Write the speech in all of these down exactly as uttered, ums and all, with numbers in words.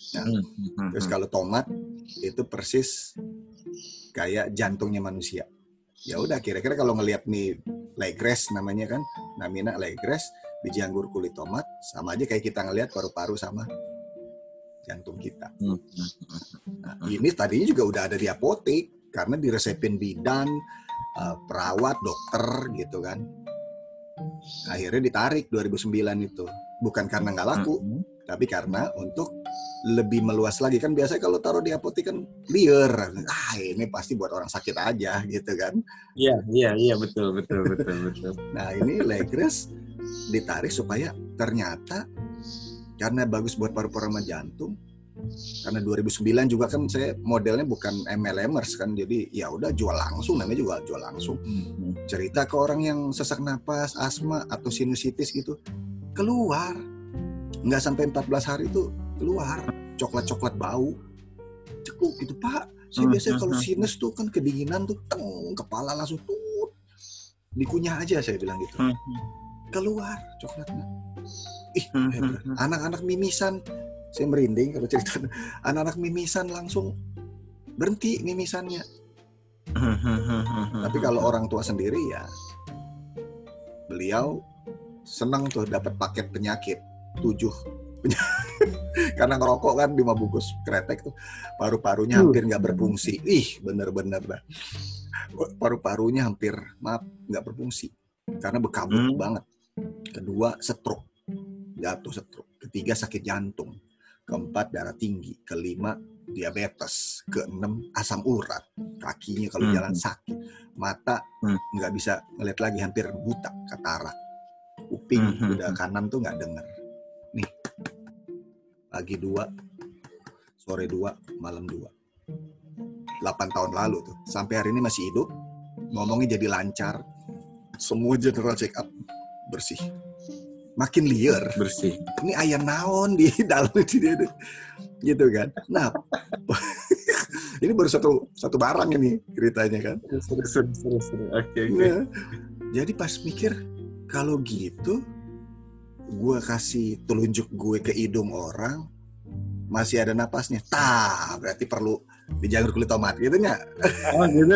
Nah, terus kalau tomat itu persis kayak jantungnya manusia. Ya udah, kira-kira kalau ngelihat nih legres namanya kan, namina legres, biji anggur kulit tomat, sama aja kayak kita ngelihat paru-paru sama jantung kita. Nah, ini tadinya juga udah ada di apotek karena diresepin bidan, uh, perawat, dokter gitu kan. Akhirnya ditarik dua ribu sembilan itu. Bukan karena nggak laku, mm-hmm. tapi karena untuk lebih meluas lagi. Kan biasanya kalau taruh di apotek kan liar. Ah, ini pasti buat orang sakit aja gitu kan. Iya, iya, iya, betul, betul, betul, betul. Nah, ini Legres ditarik supaya ternyata karena bagus buat paru-paru sama jantung. Karena dua ribu sembilan juga kan saya modelnya bukan M L M-ers kan, jadi ya udah jual langsung, namanya juga jual langsung. Cerita ke orang yang sesak napas, asma atau sinusitis gitu, keluar. Nggak sampai empat belas hari itu keluar coklat-coklat bau. Cekuk gitu, Pak. Saya biasanya kalau sinus tuh kan kedinginan tuh, teng, kepala langsung tuh dikunyah aja, saya bilang gitu. Keluar coklatnya. Ih, hebat. Anak-anak mimisan. Saya merinding kalau cerita. Anak-anak mimisan langsung berhenti mimisannya. Tapi kalau orang tua sendiri ya, beliau senang tuh dapat paket penyakit tujuh. Karena ngerokok kan lima bungkus kretek tuh, paru-parunya hampir nggak berfungsi. Ih, bener-bener dah. Paru-parunya hampir maaf nggak berfungsi karena bekabut hmm. banget. Kedua stroke, jatuh stroke. Ketiga sakit jantung. Keempat darah tinggi. Kelima diabetes. Keenam asam urat. Kakinya kalau hmm. jalan sakit. Mata nggak hmm. bisa ngeliat lagi, hampir buta, katarak. Kuping hmm. udah kanan tuh nggak denger. Nih, pagi dua, sore dua, malam dua. delapan tahun lalu tuh. Sampai hari ini masih hidup. Ngomongnya jadi lancar. Semua general check up bersih. Makin liar. Bersih. Ini ayah naon di dalam itu dia. Gitu kan. Nah, ini baru satu satu barang ini ceritanya kan. Seru, seru, seru, seru. Oke, oke. Nah, jadi pas mikir, kalau gitu, gue kasih telunjuk gue ke hidung orang, masih ada napasnya. Tah, berarti perlu dijanggur kulit tomat gitu nya. Oh gitu.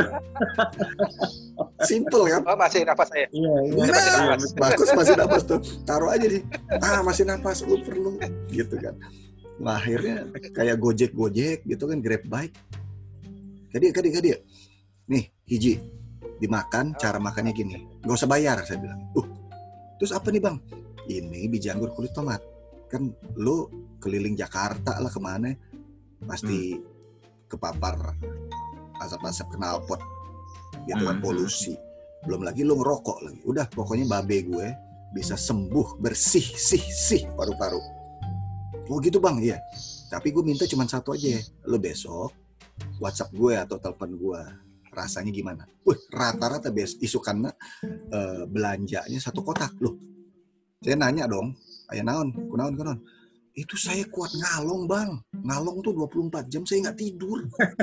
Simple kan? Oh, masih napas saya. Iya, iya. Nah, masih napas. Bagus masih napas tuh. Taruh aja nih. Ah, masih napas, lu perlu gitu kan. Nah, akhirnya kayak Gojek-Gojek gitu kan, Grab bike. Kadia, kadia, kadia. Nih, hiji dimakan, cara makannya gini. Gak usah bayar, saya bilang. Uh, terus apa nih bang? Ini biji anggur kulit tomat. Kan lu keliling Jakarta lah kemana, pasti hmm. kepapar asap-asap knalpot gitu kan, hmm. polusi. Belum lagi lu ngerokok lagi. Udah pokoknya babe gue bisa sembuh, bersih, sih, sih paru-paru. Oh gitu bang, iya. Tapi gue minta cuma satu aja. Lu besok WhatsApp gue atau telepon gue, rasanya gimana? Wih, rata-rata bes isukan uh, belanjanya satu kotak. Loh, saya nanya dong, ayah naon, kunaon, kunaon. Itu saya kuat ngalong bang. Ngalong tuh dua puluh empat jam saya nggak tidur.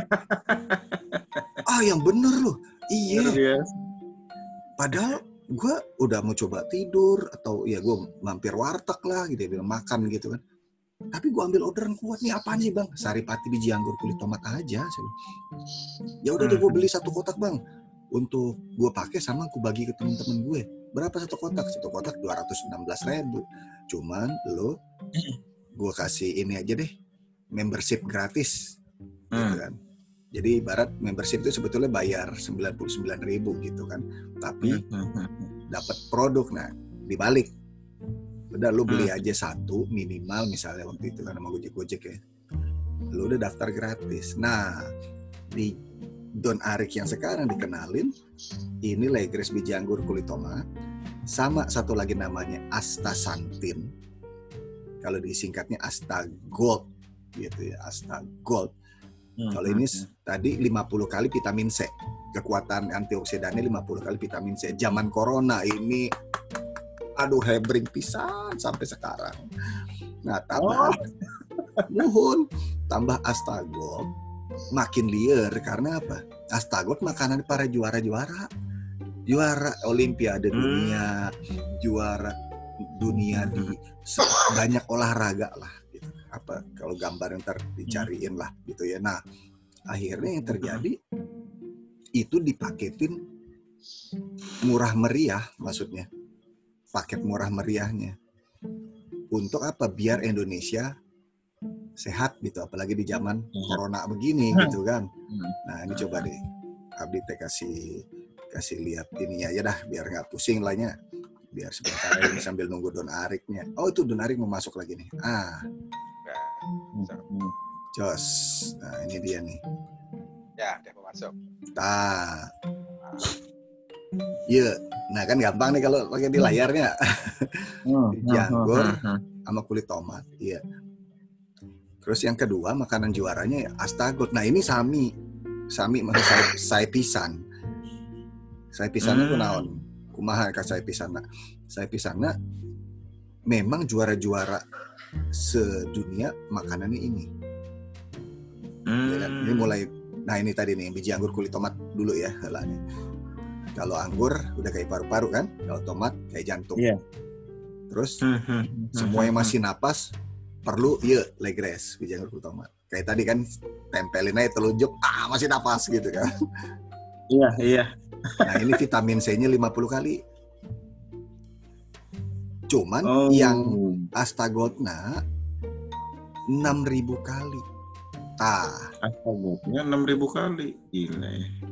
Ah yang bener loh. Iya. Padahal gue udah mau coba tidur atau ya gue mampir warteg lah gitu, bilang makan gitu kan. Tapi gue ambil orderan kuat nih, apaan sih bang? Saripati biji anggur kulit tomat aja. Ya udah deh gue beli satu kotak bang. Untuk gue pakai sama gue bagi ke teman-teman gue. Berapa satu kotak? Satu kotak dua ratus enam belas ribu. Cuman lo gue kasih ini aja deh, membership gratis, hmm. gitu kan. Jadi ibarat membership itu sebetulnya bayar sembilan puluh sembilan ribu gitu kan, tapi hmm. dapat produk. Nah dibalik, udah lu beli hmm. aja satu minimal, misalnya waktu itu kan sama Gojek-Gojek ya, lu udah daftar gratis. Nah di Don Arik yang sekarang dikenalin, ini Legres biji anggur kulit tomat, sama satu lagi namanya Astaxanthin. Kalau disingkatnya Astagold gitu ya, Astagold. Hmm, Kalau ini hmm. tadi lima puluh kali vitamin C. Kekuatan antioksidannya lima puluh kali vitamin C. Zaman corona ini aduh hebring pisan sampai sekarang. Nah, tambah oh. nuhun, tambah Astagold makin liar karena apa? Astagold makanan para juara-juara. Juara olimpiade hmm. dunia, juara dunia di banyak olahraga lah gitu. apa kalau gambar ntar dicariin lah gitu ya. Nah akhirnya yang terjadi itu dipaketin murah meriah, maksudnya paket murah meriahnya untuk apa? Biar Indonesia sehat gitu, apalagi di zaman corona begini gitu kan. Nah ini coba deh Abdi teh kasih kasih lihat ininya aja dah biar nggak pusing lahnya, biar sebentar ini sambil nunggu Don Ariknya. Oh itu Don Arik mau masuk lagi nih. Ah, jos. Nah ini dia nih. Ya, dia mau masuk. Nah, iya. Nah kan gampang nih kalau pakai di layarnya. Janggur sama kulit tomat. Iya. Terus yang kedua makanan juaranya ya astagot. Nah ini sami, sami maksud saya, saya pisan. Saya pisan itu naon. Kumaha ka saya pisan. Saya pisan memang juara-juara sedunia makanannya ini. Hmm. Ya kan? Ini mulai. Nah ini tadi nih biji anggur kulit tomat dulu ya helanya. Kalau anggur udah kayak paru-paru kan, kalau tomat kayak jantung. Yeah. Terus hmm. semua yang masih napas perlu ya legres biji anggur kulit tomat. Kayak tadi kan tempelin aja telunjuk, ah masih napas gitu kan. Iya iya. Nah ini vitamin C-nya lima puluh kali. Cuman oh. yang astagotna enam ribu kali. Ah, astagotnya enam ribu kali. Gila.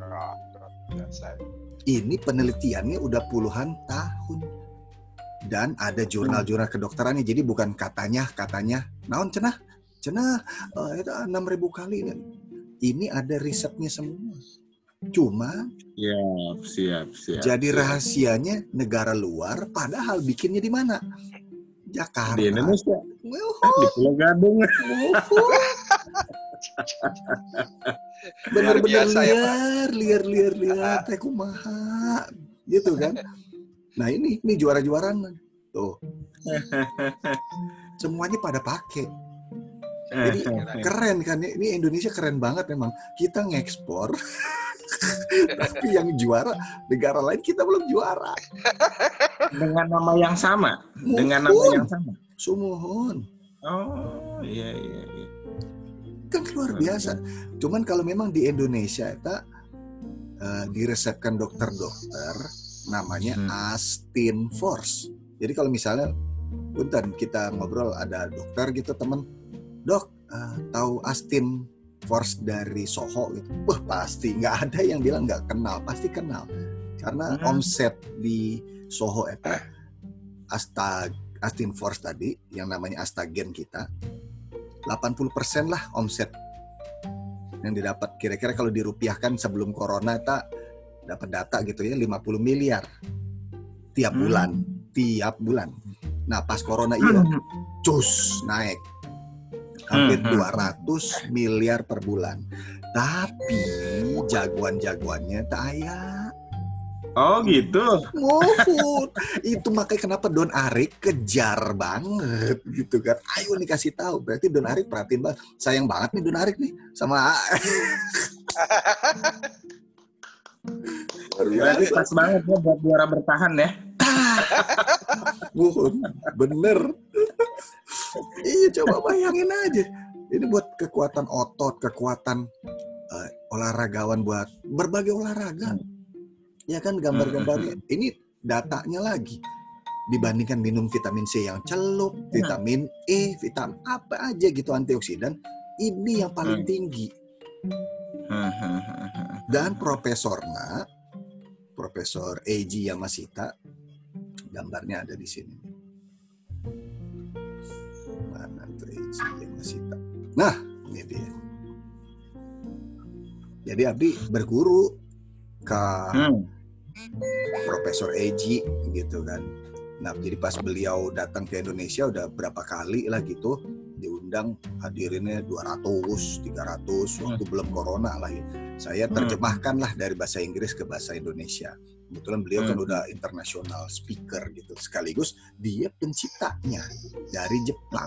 Ini penelitiannya udah puluhan tahun. Dan ada jurnal-jurnal kedokterannya. Jadi bukan katanya, katanya. Naon cenah? Cenah, uh, itu enam ribu kali. Ini ada risetnya semua. Cuma siap, siap, siap. Jadi siap. rahasianya negara luar, padahal bikinnya di mana? Jakarta. Di Indonesia. Di Pulau Gadung. Bener-bener liar, liar, liar, liar, teh kumaha, gitu kan? Nah ini, ini juara-juaraan tuh. Semuanya pada pakai. Jadi keren kan? Ini Indonesia keren banget memang. Kita ngekspor. Tapi yang juara negara lain kita belum juara. Dengan nama yang sama. Muhun. Dengan nama yang sama. Sumuhun. Oh iya iya. iya. Kan luar biasa. Cuman kalau memang di Indonesia itu uh, diresepkan dokter-dokter namanya hmm. Astin Force. Jadi kalau misalnya, bentar kita ngobrol ada dokter gitu teman, dok uh, tahu Astin Force dari Soho gitu, wah pasti nggak ada yang bilang nggak kenal, pasti kenal karena hmm. omset di Soho itu Asta Astin Force tadi yang namanya Astagen kita delapan puluh persen lah omset yang didapat, kira-kira kalau dirupiahkan sebelum corona itu dapat data gitu ya lima puluh miliar tiap hmm. bulan, tiap bulan. Nah pas corona iya cus naik hampir hmm. dua ratus miliar per bulan. Tapi jagoan-jagoannya tak aya. Oh gitu. Mohon. Itu makanya kenapa Don Arik kejar banget gitu kan. Ayo nih kasih tahu. Berarti Don Arik perhatiin banget. Sayang banget nih Don Arik nih sama berarti pas banget ya buat juara bertahan ya. Mohon. Bener. Iya coba bayangin aja. Ini buat kekuatan otot, kekuatan uh, olahragawan buat berbagai olahraga. Ya kan gambar-gambarnya. Ini datanya lagi. Dibandingkan minum vitamin C yang celup, vitamin E, vitamin apa aja gitu antioksidan, ini yang paling tinggi. Dan profesornya, Profesor Eiji Yamashita, gambarnya ada di sini. Mana tuh Eiji Yamashita? Nah, ini dia. Jadi Abdi berguru ke hmm. Profesor Eiji gitu kan. Nah, jadi pas beliau datang ke Indonesia udah berapa kali lah gitu diundang, hadirinnya dua ratus, tiga ratus waktu hmm. belum corona lah ya. Saya terjemahkan lah dari bahasa Inggris ke bahasa Indonesia. Kebetulan beliau kan hmm. udah international speaker gitu. Sekaligus dia penciptanya dari Jepang.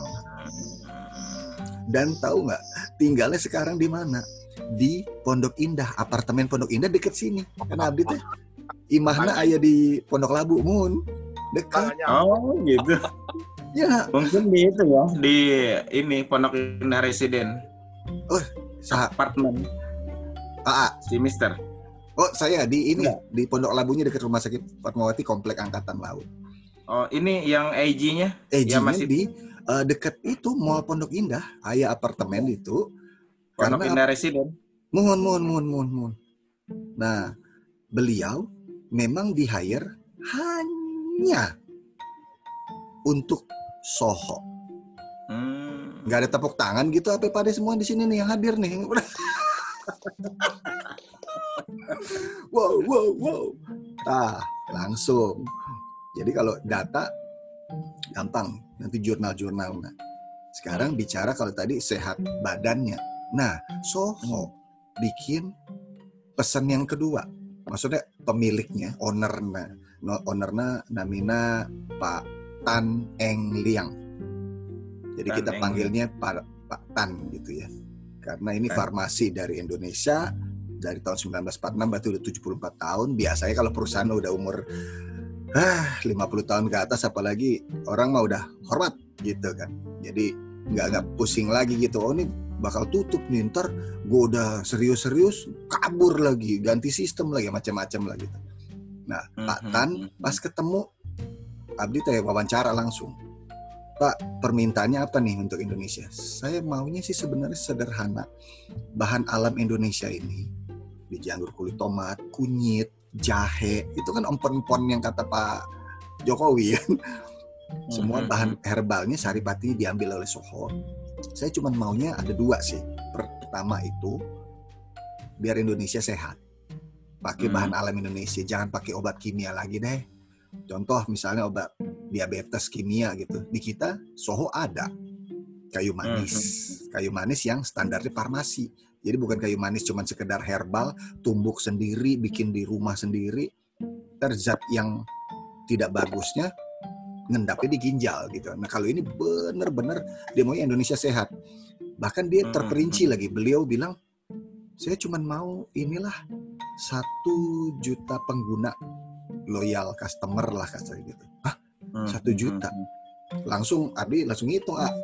Dan tahu nggak tinggalnya sekarang di mana? Di Pondok Indah, apartemen Pondok Indah deket sini. Karena Abdi teh imahna aya di Pondok Labu mun dekat. Oh gitu. Ya. Mungkin di itu ya, di ini Pondok Indah Residen. Oh, sah. Apartemen. A A. Si Mister. Oh, saya di ini, Enggak. di Pondok Labunya dekat Rumah Sakit Fatmawati, Komplek Angkatan Laut. Oh, ini yang A G-nya? A G-nya Ya masih di uh, dekat itu Mall Pondok Indah, ayah apartemen itu. Pondok Karena Indah Residen. mohon, mohon, mohon, mohon, mohon. Nah, beliau memang di hire hanya untuk Soho. Hmm. Nggak ada tepuk tangan gitu apa pada semua di sini nih yang hadir nih. Wow, wow, wow. Ah, langsung. Jadi kalau data gampang, nanti jurnal-jurnal. Nah, sekarang bicara kalau tadi sehat badannya. Nah, Soho bikin pesan yang kedua. Maksudnya pemiliknya, ownernya, ownernya namanya Pak Tan Eng Liang. Jadi Tan kita Eng panggilnya Pak, Pak Tan gitu ya. Karena ini Tan. farmasi dari Indonesia dari tahun sembilan belas empat puluh enam, berarti udah tujuh puluh empat tahun. Biasanya kalau perusahaan udah umur ah, lima puluh tahun ke atas, apalagi orang mah udah hormat gitu kan. Jadi nggak nggak pusing lagi gitu. Oh ini bakal tutup nih, ntar gue udah serius-serius kabur lagi, ganti sistem lagi, macam-macam lah gitu. Nah, mm-hmm. Pak Tan pas ketemu Abdi teh wawancara langsung. Pak, permintaannya apa nih untuk Indonesia? Saya maunya sih sebenarnya sederhana. Bahan alam Indonesia ini, biji anggur kulit tomat, kunyit, jahe, itu kan empon-empon yang kata Pak Jokowi ya. Semua bahan herbalnya saripati diambil oleh Soho. Saya cuma maunya ada dua sih. Pertama itu biar Indonesia sehat. Pakai bahan alam Indonesia, jangan pakai obat kimia lagi deh. Contoh misalnya obat diabetes kimia gitu. Di kita Soho ada kayu manis. Kayu manis yang standarnya farmasi. Jadi bukan kayu manis cuma sekedar herbal, tumbuk sendiri, bikin di rumah sendiri. Terzat yang tidak bagusnya ngendapnya di ginjal gitu. Nah kalau ini benar-benar dia maunya Indonesia sehat. Bahkan dia terperinci lagi. Beliau bilang, saya cuma mau inilah satu juta pengguna loyal customer lah kasarnya gitu. Hah? Satu juta? Langsung Abi langsung hitung ah.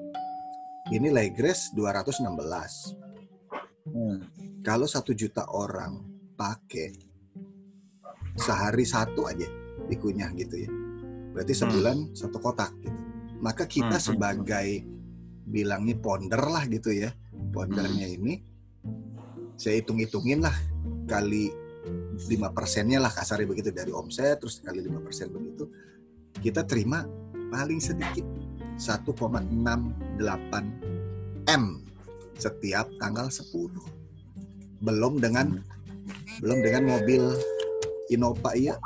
Ini Legres dua ratus enam belas. Hmm. Kalau satu juta orang pakai sehari satu aja dikunyah gitu ya. Berarti sebulan hmm. satu kotak gitu. Maka kita hmm. sebagai bilangnya ponder lah gitu ya. Pondernya hmm. ini saya hitung-hitungin lah kali lima persennya lah kasarnya begitu dari omset, terus kali lima persen begitu. Kita terima paling sedikit satu koma enam delapan M setiap tanggal sepuluh. Belum dengan belum dengan mobil Innova iya.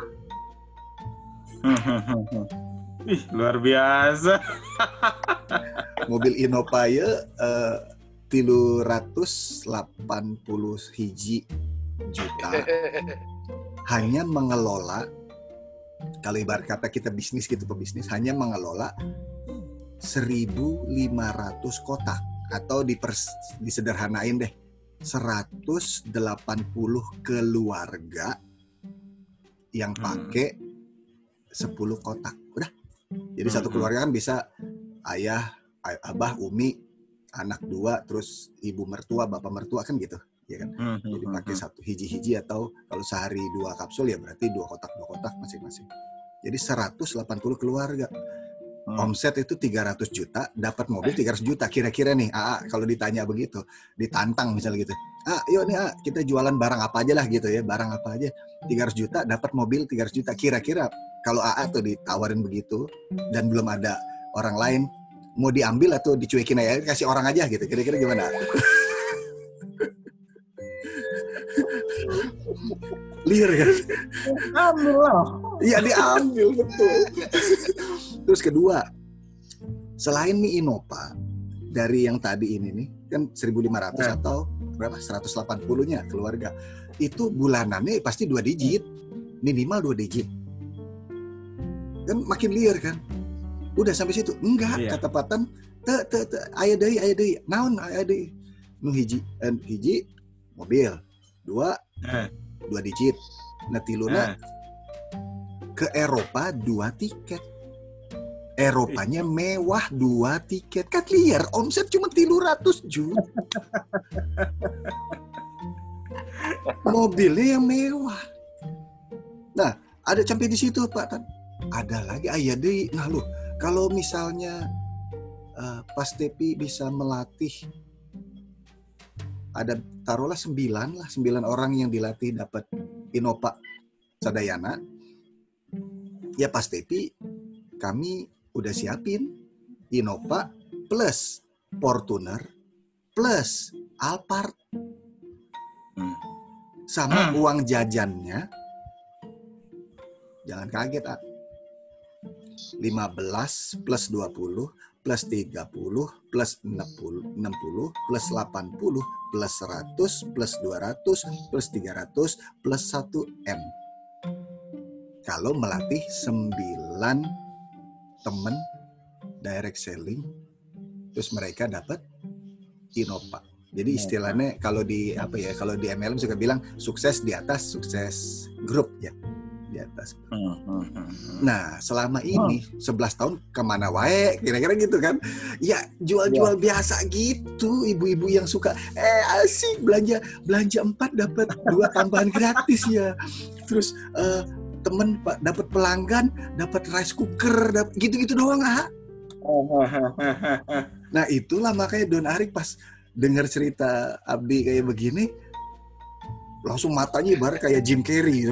Ih, luar biasa. Mobil Innova ya uh, tiga ratus delapan puluh hiji juta. Hanya mengelola, kalau ibarat kata kita bisnis gitu pebisnis, hanya mengelola seribu lima ratus kotak atau dipers, disederhanain deh seratus delapan puluh keluarga yang pakai sepuluh kotak. Udah. Jadi satu keluarga kan bisa ayah, abah, umi, anak dua, terus ibu mertua, bapak mertua kan gitu. Ya kan? Jadi pakai satu hiji-hiji atau kalau sehari dua kapsul ya berarti dua kotak dua kotak masing-masing. Jadi seratus delapan puluh keluarga. Omset itu tiga ratus juta, dapat mobil tiga ratus juta. Kira-kira nih, A A kalau ditanya begitu, ditantang misalnya gitu. Ah, yuk nih A, kita jualan barang apa aja lah gitu ya, barang apa aja. tiga ratus juta, dapat mobil tiga ratus juta. Kira-kira kalau A A tuh ditawarin begitu dan belum ada orang lain, mau diambil atau dicuekin aja, kasih orang aja gitu. Kira-kira gimana? Liar kan? Ambil lah. Iya diambil betul. Terus kedua, selain mie Innova dari yang tadi ini nih kan seribu lima ratus eh. atau berapa seratus delapan puluh-nya keluarga itu bulanannya pasti dua digit, minimal dua digit. Kan makin liar kan? Udah sampai situ enggak iya. Kata Patan, te te te aya deui aya deui. Naon aya deui? Nu hiji, eh, hiji mobil, dua eh. dua digit. Nah tiluna eh. ke Eropa dua tiket. Eropanya mewah dua tiket. Kan liar, omset cuma tiga ratus juta. Mobilnya yang mewah. Nah, ada sampai di situ Pak Tan. Ada lagi ayah deh. Nah loh, kalau misalnya uh, Pas Tepi bisa melatih ada taruhlah sembilan lah, sembilan orang yang dilatih dapat Innova Sadayana. Ya Pas Tepi kami udah siapin Innova plus Fortuner plus Alphard. Hmm. Sama Hmm. uang jajannya jangan kaget ah. lima belas plus dua puluh plus tiga puluh plus enam puluh, enam puluh plus delapan puluh plus seratus plus dua ratus plus tiga ratus plus satu M. Kalau melatih sembilan temen direct selling, terus mereka dapat Innova. Jadi istilahnya kalau di apa ya, kalau di M L M suka bilang sukses di atas sukses grup ya, di atas. Nah selama ini sebelas tahun kemana wae kira-kira gitu kan. Ya jual-jual ya. Biasa gitu, ibu-ibu yang suka eh asik belanja belanja empat dapat dua tambahan gratis ya. Terus uh, temen pak dapat pelanggan dapat rice cooker dapat gitu-gitu doang ah. Nah itulah makanya Don Arik pas dengar cerita Abdi kayak begini langsung matanya ibarat kayak Jim Carrey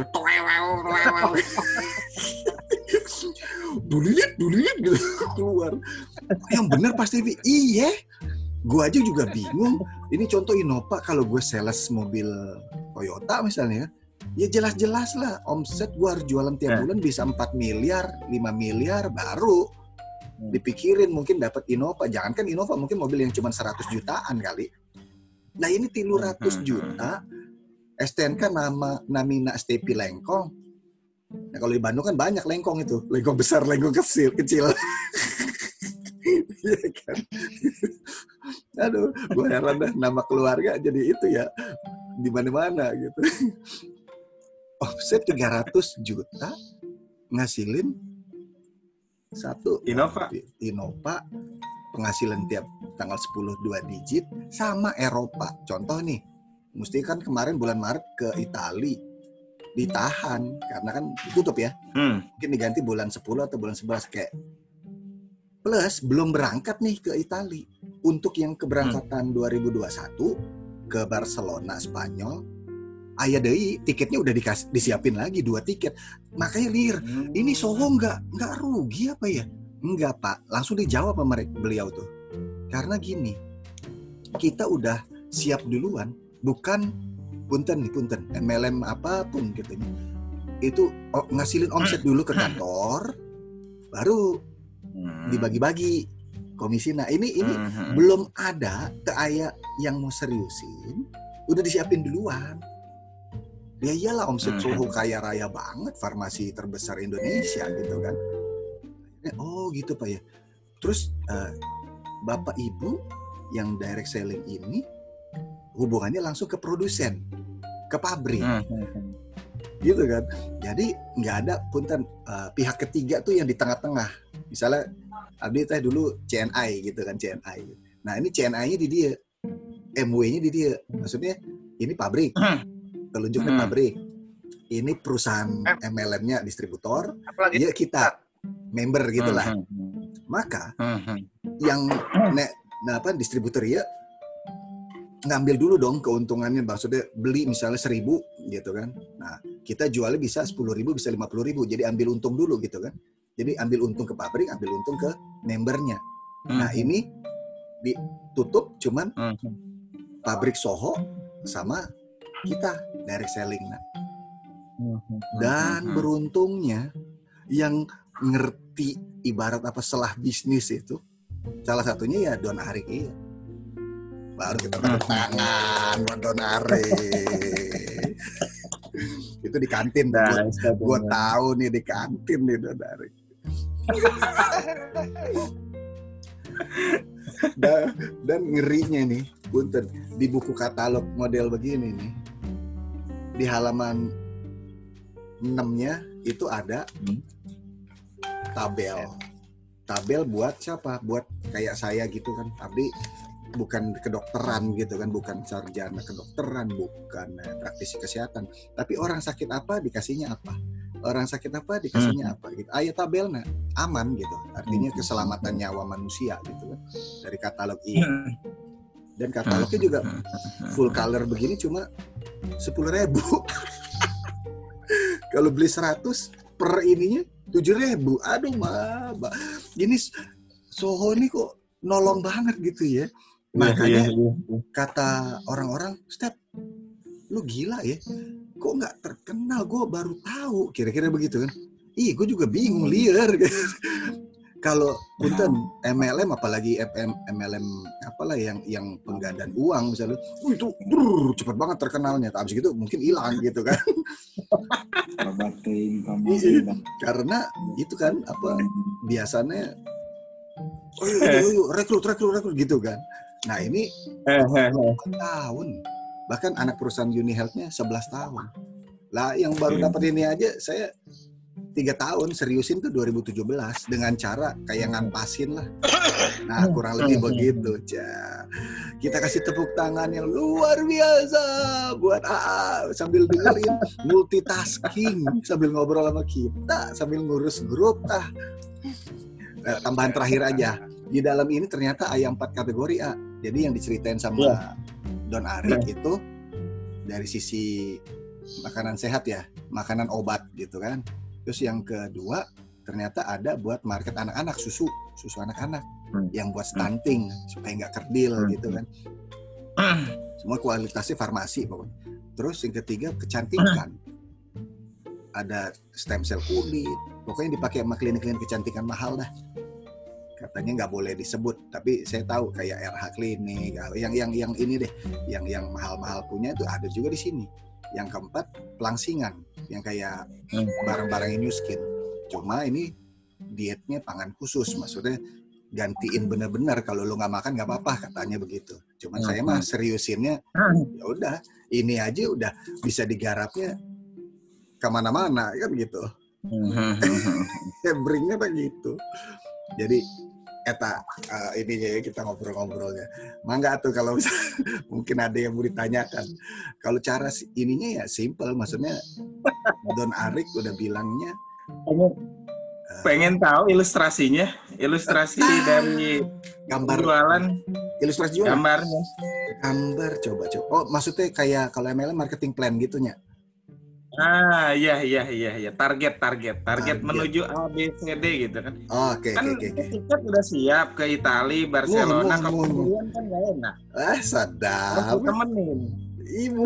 dulilit dulilit gitu keluar. Yang benar pasti iya. Gue aja juga bingung. Ini contoh Innova, kalau gue sales mobil Toyota misalnya, ya jelas-jelas lah omset gue harus jualan tiap bulan bisa empat miliar, lima miliar baru dipikirin mungkin dapat Innova. Jangan kan Innova mungkin mobil yang cuma seratus jutaan kali. Nah ini tiga ratus juta S T N K nama Namina Stepi Lengkong. Nah kalau di Bandung kan banyak lengkong itu, lengkong besar, lengkong kecil, kecil. Iya kan? Aduh, gue heran dah nama keluarga jadi itu ya di mana-mana gitu. Offset tiga ratus juta ngasilin satu Innova. Innova penghasilan tiap tanggal sepuluh dua digit sama Eropa. Contoh nih, mesti kan kemarin bulan Maret ke Itali ditahan karena kan ditutup ya. Hmm. Mungkin diganti bulan sepuluh atau bulan sebelas kayak. Plus belum berangkat nih ke Itali. Untuk yang keberangkatan hmm. dua ribu dua puluh satu ke Barcelona Spanyol, aya deui tiketnya udah dikas, disiapin lagi dua tiket. Makanya Lir, hmm. ini Soho nggak nggak rugi apa ya? Enggak Pak, langsung dijawab sama beliau tuh. Karena gini, kita udah siap duluan, bukan punten nih punten M L M apapun gitu. Itu oh, ngasilin omset dulu ke kantor, baru dibagi-bagi komisi. Nah ini ini hmm. belum ada keaya yang mau seriusin, udah disiapin duluan. Ya iyalah omset hmm. Soho kaya raya banget, farmasi terbesar Indonesia gitu kan. Oh gitu Pak ya. Terus uh, Bapak Ibu yang direct selling ini hubungannya langsung ke produsen, ke pabrik, hmm. gitu kan. Jadi nggak ada punten uh, pihak ketiga tuh yang di tengah-tengah. Misalnya Abdi teh dulu C N I gitu kan, C N I. Nah ini C N I-nya di dia, M W-nya di dia. Maksudnya ini pabrik, telunjuknya hmm. pabrik. Ini perusahaan M L M-nya distributor, dia kita member gitulah. Maka yang ne, nah apa distributor ya ngambil dulu dong keuntungannya. Maksudnya beli misalnya seribu gitu kan. Nah kita jualnya bisa sepuluh ribu, bisa lima puluh ribu. Jadi ambil untung dulu gitu kan. Jadi ambil untung ke pabrik, ambil untung ke membernya. Nah hmm. ini ditutup cuman hmm. pabrik Soho sama kita direct selling. Nah. Dan beruntungnya yang ngerti ibarat apa selah bisnis itu, salah satunya ya Don Arik iya. Baru kita tepuk tangan buat Don Arik. Itu di kantin, nah, gue tahu nih di kantin nih Don Arik. dan, dan ngerinya nih, punten di buku katalog model begini nih, di halaman enam-nya itu ada tabel tabel buat siapa? Buat kayak saya gitu kan. Abdi bukan kedokteran gitu kan, bukan sarjana kedokteran, bukan eh, praktisi kesehatan. Tapi orang sakit apa dikasihnya apa? Orang sakit apa dikasihnya apa gitu. Aya tabelnya aman gitu. Artinya keselamatan nyawa manusia gitu kan. Dari katalog ini. Dan katalognya juga full color begini cuma sepuluh ribu. Kalau beli seratus per ininya tujuh ribu. Aduh mah, ini Soho nih kok nolong banget gitu ya. Makanya yeah, yeah, yeah. kata orang-orang, Step, lu gila ya. Kok nggak terkenal? Gue baru tahu. Kira-kira begitu kan. Ih, gue juga bingung, liar. Kalau punten M L M apalagi M L M apalah yang yang penggandaan uang misalnya, uh, itu brrr, cepet banget terkenalnya. Abis gitu mungkin hilang gitu kan. Karena itu kan apa biasanya oh yuk, yuk, rekrut rekrut rekrut gitu kan. Nah ini empat tahun, bahkan anak perusahaan Uni Health-nya sebelas tahun. Lah yang baru dapat ini aja saya tiga tahun seriusin tuh dua ribu tujuh belas dengan cara kayak ngampasin lah. Nah kurang lebih begitu. Cah. Kita kasih tepuk tangan yang luar biasa buat A A sambil dengerin multitasking sambil ngobrol sama kita sambil ngurus grup tah. Nah, tambahan terakhir aja di dalam ini ternyata ada empat kategori A. Jadi yang diceritain sama yeah. Don Arik yeah. itu dari sisi makanan sehat ya, makanan obat gitu kan. Terus yang kedua ternyata ada buat market anak-anak, susu, susu anak-anak hmm. yang buat stunting supaya nggak kerdil hmm. gitu kan. Semua kualitasnya farmasi pokoknya. Terus yang ketiga kecantikan. Ada stem cell kulit, pokoknya dipakai sama klinik-klinik kecantikan mahal dah. Katanya nggak boleh disebut, tapi saya tahu kayak R H Klinik, yang yang yang ini deh, yang yang mahal-mahal punya itu ada juga di sini. Yang keempat pelangsingan, yang kayak barang-barang New Skin. Cuma ini dietnya pangan khusus, maksudnya gantiin benar-benar kalau lu nggak makan nggak apa-apa katanya begitu. Cuman hmm. saya mah seriusinnya, ya udah ini aja udah bisa digarapnya kemana-mana kan gitu. Bringnya begitu. Jadi eta uh, ininya ya kita ngobrol-ngobrolnya. Mangga tuh kalau mungkin ada yang mau ditanyakan. Kalau cara ininya ya simple, maksudnya Don Arik udah bilangnya. Uh, pengen tahu ilustrasinya, ilustrasi ah, dari gambar jualan, ilustrasi jualan. Gambarnya. Gambar coba coba. Oh maksudnya kayak kalau M L M marketing plan gitunya. Ah, iya iya iya iya, target target target menuju A B C D gitu kan. Oke kan oke oke. Tiket udah siap ke Italia, Barcelona, ke kemudian kan nggak enak. Ah, sadar. Temenin. Ibu.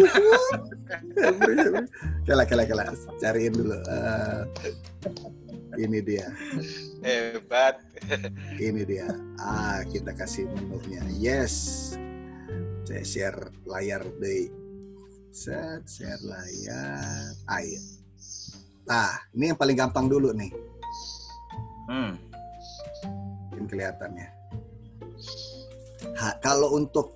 Kela kela kela. Cariin dulu. Uh, ini dia. Hebat. Ini dia. Ah, kita kasih menunya. Yes. Saya share layar deh. Set, share layar. Ayo. Nah, ini yang paling gampang dulu nih. Hmm. Mungkin kelihatannya. Ha, kalau untuk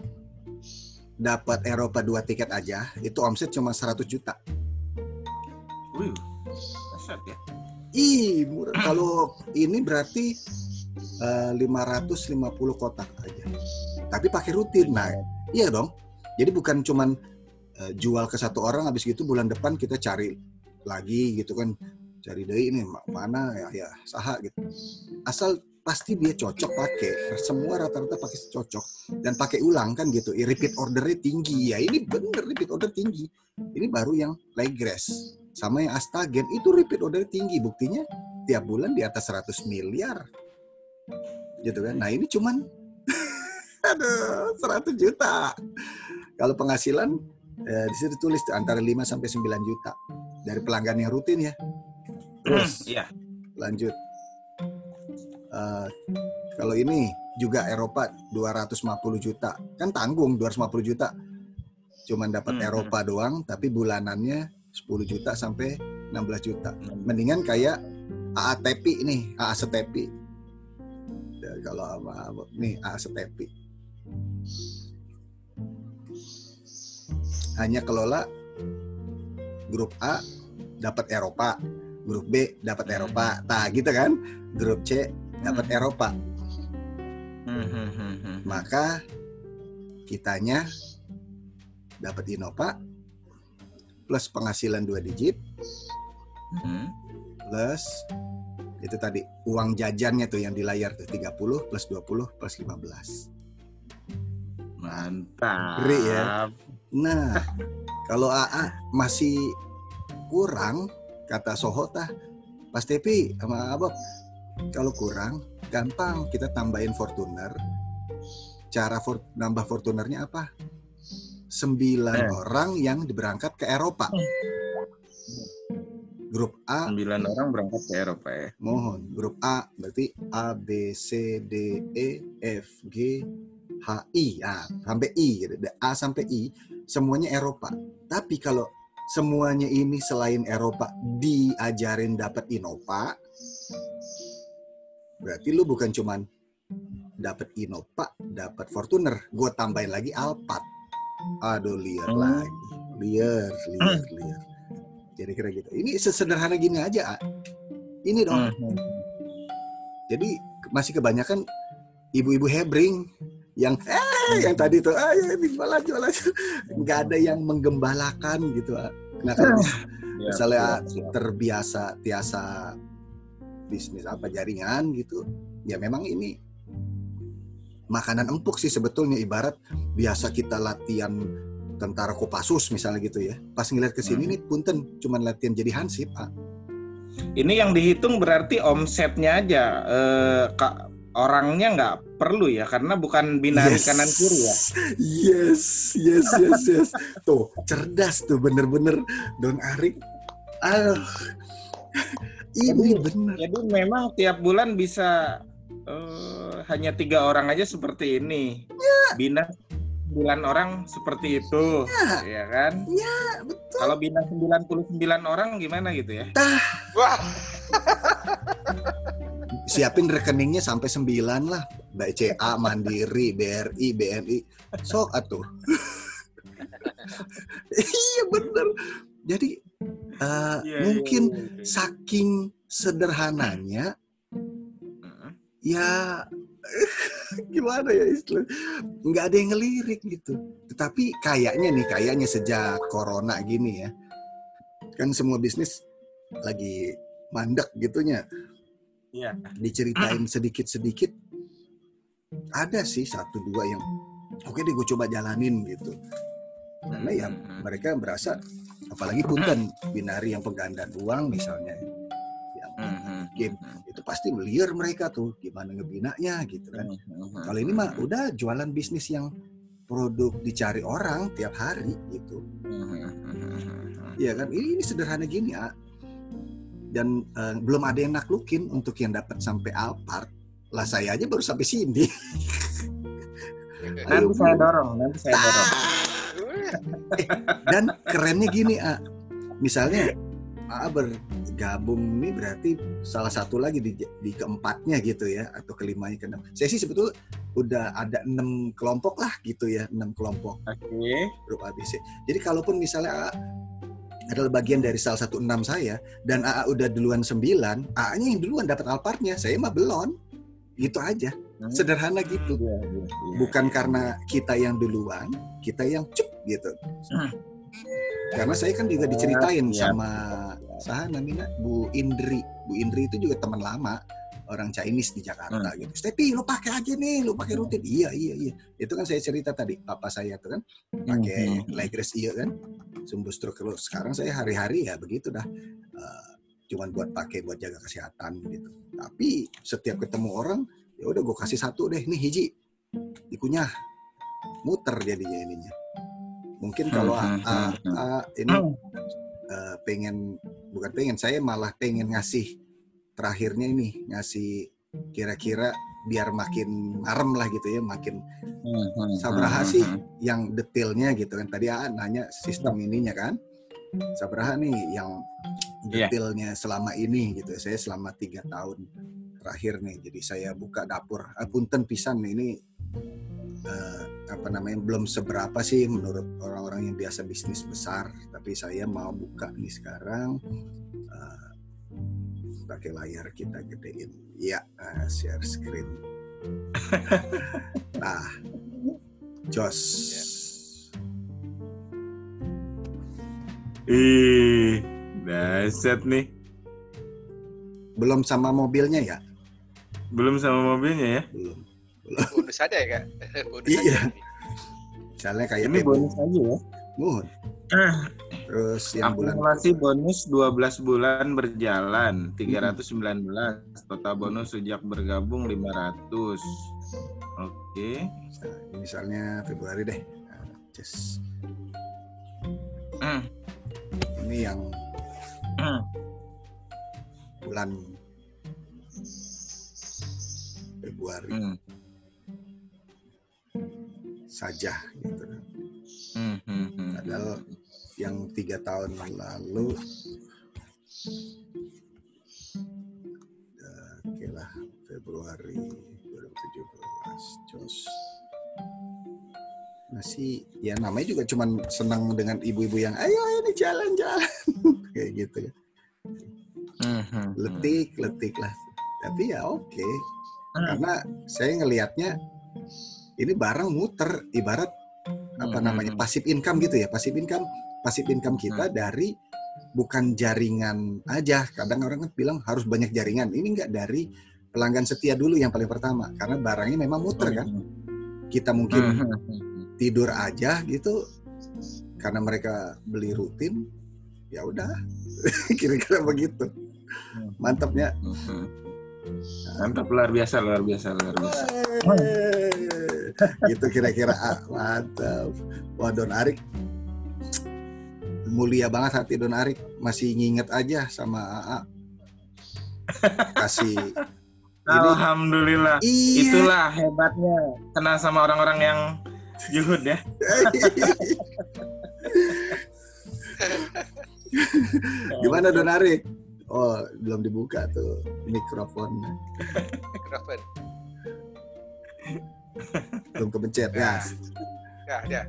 dapat Eropa dua tiket aja, itu omset cuma seratus juta. Wih, besar ya. Ih, murah. Kalau ini berarti uh, lima ratus lima puluh kotak aja. Tapi pakai rutin. Nah, iya dong. Jadi bukan cuman jual ke satu orang, habis gitu bulan depan kita cari lagi gitu kan, cari deh ini mana ya ya saha gitu. Asal pasti dia cocok pakai, semua rata-rata pakai cocok dan pakai ulang kan gitu. Repeat ordernya tinggi ya, ini bener repeat order tinggi. Ini baru yang Legres sama yang Astagen itu repeat order tinggi, buktinya tiap bulan di atas seratus miliar gitu kan. Nah ini cuman aduh seratus juta. Kalau penghasilan Eh, di situ tulis antara lima sampai sembilan juta dari pelanggan yang rutin ya. Terus iya. Lanjut. Uh, kalau ini juga Eropa dua ratus lima puluh juta. Kan tanggung dua ratus lima puluh juta. Cuman dapat hmm. Eropa doang tapi bulanannya sepuluh juta sampai enam belas juta. Mendingan kayak A A Tepi nih, A A Setepi. Kalau apa nih A A Setepi. Hanya kelola grup A dapat Eropa, grup B dapat Eropa, nah gitu kan. Grup C dapat Hmm. Eropa. Hmm, hmm, hmm, hmm. Maka kitanya dapat Innova plus penghasilan dua digit Hmm. plus itu tadi uang jajannya tuh yang di layar tuh tiga puluh plus dua puluh plus lima belas. Mantap. Ngeri ya. Nah, kalau A A masih kurang, kata Sohota, Pas Tepi sama Abab, kalau kurang, gampang kita tambahin Fortuner. Cara for, nambah Fortunernya apa? Sembilan Eh. orang yang berangkat ke Eropa. Grup A, Sembilan orang berangkat ke Eropa ya. mohon. Grup A berarti A, B, C, D, E, F, G, H, I. Nah, sampai I. Gitu. A sampai I, semuanya Eropa. Tapi kalau semuanya ini selain Eropa diajarin dapat Innova, berarti lu bukan cuman dapat Innova, dapat Fortuner. Gue tambahin lagi Alphard. Aduh, liar Hmm. lagi. Liar, liar, liar. Jadi kira gitu. Ini sesederhana gini aja, A. Ini dong. Hmm. Jadi masih kebanyakan ibu-ibu hebring yang eh yang tadi tuh ah ya ini jualan jualan nggak ada yang menggembalakan gitu. Nah kalau mis- Ya, misalnya siap, siap. terbiasa tiasa bisnis apa jaringan gitu, ya memang ini makanan empuk sih sebetulnya. Ibarat biasa kita latihan tentara Kopassus misalnya gitu ya, pas ngeliat kesini Hmm. nih punten cuman latihan jadi hansip, Pak. Ini yang dihitung berarti omsetnya aja. Eh, Kak, orangnya nggak perlu ya, karena bukan binari kanan kiri ya. Yes, yes, yes, yes. Tuh, cerdas tuh bener-bener Don Arik. Aduh. Ini Jadi- bener. Jadi memang tiap bulan bisa eh, hanya tiga orang aja seperti ini. Bina sembilan orang seperti itu, ya kan? Ya, betul. Kalau bina sembilan puluh sembilan orang gimana gitu ya? Wah, Siapin rekeningnya sampai sembilan lah. B C A, Mandiri, B R I, B N I. Sok atuh. Iya bener. Jadi uh, Iya, mungkin iya, iya. saking sederhananya Heeh. ya gimana ya istilah, nggak ada yang ngelirik gitu. Tetapi kayaknya nih, kayaknya sejak corona gini ya, kan semua bisnis lagi mandek gitunya. Iya. Diceritain sedikit-sedikit, ada sih satu dua yang oke deh gue coba jalanin gitu. Karena ya Hmm. mereka berasa, apalagi punten binari yang penggandaan uang misalnya, yang Hmm. game itu pasti liar mereka tuh gimana ngebinanya gitu kan. Hmm. Kalau ini mah udah jualan bisnis yang produk dicari orang tiap hari gitu. Hmm. Iya kan, ini, ini sederhana gini ya. Dan eh, belum ada yang naklukin untuk yang dapat sampai Alphard. Lah saya aja baru sampai sini. Nanti saya dorong, nanti saya dorong. Dan kerennya gini, A. Misalnya A bergabung nih berarti salah satu lagi di, di keempatnya gitu ya, atau kelimanya keenam. Saya sih sebetulnya udah ada enam kelompok lah gitu ya, enam kelompok Oke. grup A B C. Jadi kalaupun misalnya A adalah bagian dari salah satu enam saya dan A A udah duluan sembilan, A A-nya yang duluan dapat Alphard-nya, saya mah belum. Gitu aja. Hmm. Sederhana gitu. Iya, iya, iya. Bukan karena kita yang duluan, kita yang cup gitu. Hmm. Karena saya kan juga diceritain Siap. sama saha namanya Bu Indri. Bu Indri itu juga teman lama, orang Chinese di Jakarta gitu. Stepi, lu pakai aja nih, lu pakai rutin. Iya, iya, iya. Itu kan saya cerita tadi, papa saya tuh kan pakai Hmm. Legres iya kan. Sumbu struktur. Sekarang saya hari-hari ya begitu dah. Uh, cuman buat pakai buat jaga kesehatan gitu. Tapi setiap ketemu orang, ya udah gue kasih satu deh, nih hiji dikunyah, muter jadinya ininya. Mungkin kalau Hmm, A, hmm, hmm. A ini uh, pengen, bukan pengen, saya malah pengen ngasih terakhirnya ini, ngasih kira-kira biar makin marem lah gitu ya, makin Hmm. sabaraha sih yang detailnya gitu kan. Tadi A nanya sistem ininya kan, sabaraha nih yang detailnya selama ini gitu. Saya selama tiga tahun terakhir nih, jadi saya buka dapur. Ah, punten pisan nih, ini uh, apa namanya, belum seberapa sih menurut orang-orang yang biasa bisnis besar, tapi saya mau buka nih sekarang uh, pakai layar kita gedein. Ya, uh, share screen. Nah, jos. Ih, dahsyat nih. Belum sama mobilnya ya? Belum sama mobilnya ya? Belum. Bonus ada ya kak? Bonus Iya. aja. Misalnya kayak Ini Pebo. bonus aja ya? Mohon. Terus yang bulan akumulasi bonus dua belas bulan berjalan tiga ratus sembilan belas, total bonus sejak bergabung lima ratus. Oke. Misalnya Februari deh. Nah, just. Mm. Ini yang Mm. bulan Februari Mm. saja gitu. Mm. Mm. Mm. Padahal yang tiga tahun lalu, uh, oke lah, Februari dua ribu tujuh belas, jos. Masih, ya namanya juga cuman senang dengan ibu-ibu yang ayo ini jalan-jalan kayak gitu ya. Mm-hmm. Letik-letik lah. Tapi ya oke, okay. Karena saya ngelihatnya ini barang muter, ibarat apa namanya passive income gitu ya, passive income, passive income kita dari bukan jaringan aja. Kadang orang kan bilang harus banyak jaringan. Ini enggak, dari pelanggan setia dulu yang paling pertama, karena barangnya memang muter kan. Kita mungkin tidur aja gitu karena mereka beli rutin, ya udah. Kira-kira begitu. Mantapnya. Mantap, luar biasa, luar biasa, luar biasa. Gitu kira-kira. Ah, mantap. Wah, Don Arik mulia banget hati Don Arik, masih nginget aja sama A A. Kasih ini, alhamdulillah. Iya. Itulah hebatnya kenal sama orang-orang yang juhud ya. Gimana Don Arik? Oh, belum dibuka tuh mikrofon. Mikrofon. Belum kepencet ya. Ya, ya.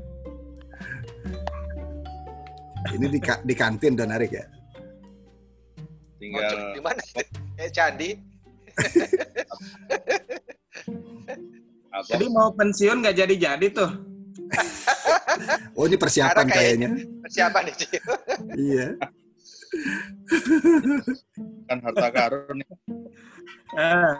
Ini di, di kantin Don Arik ya? Tinggal di mana? Kayak candi. Jadi mau pensiun nggak jadi-jadi tuh. Oh, ini persiapan kayaknya. Persiapan itu. Iya. Kan harta karun nih. Ah.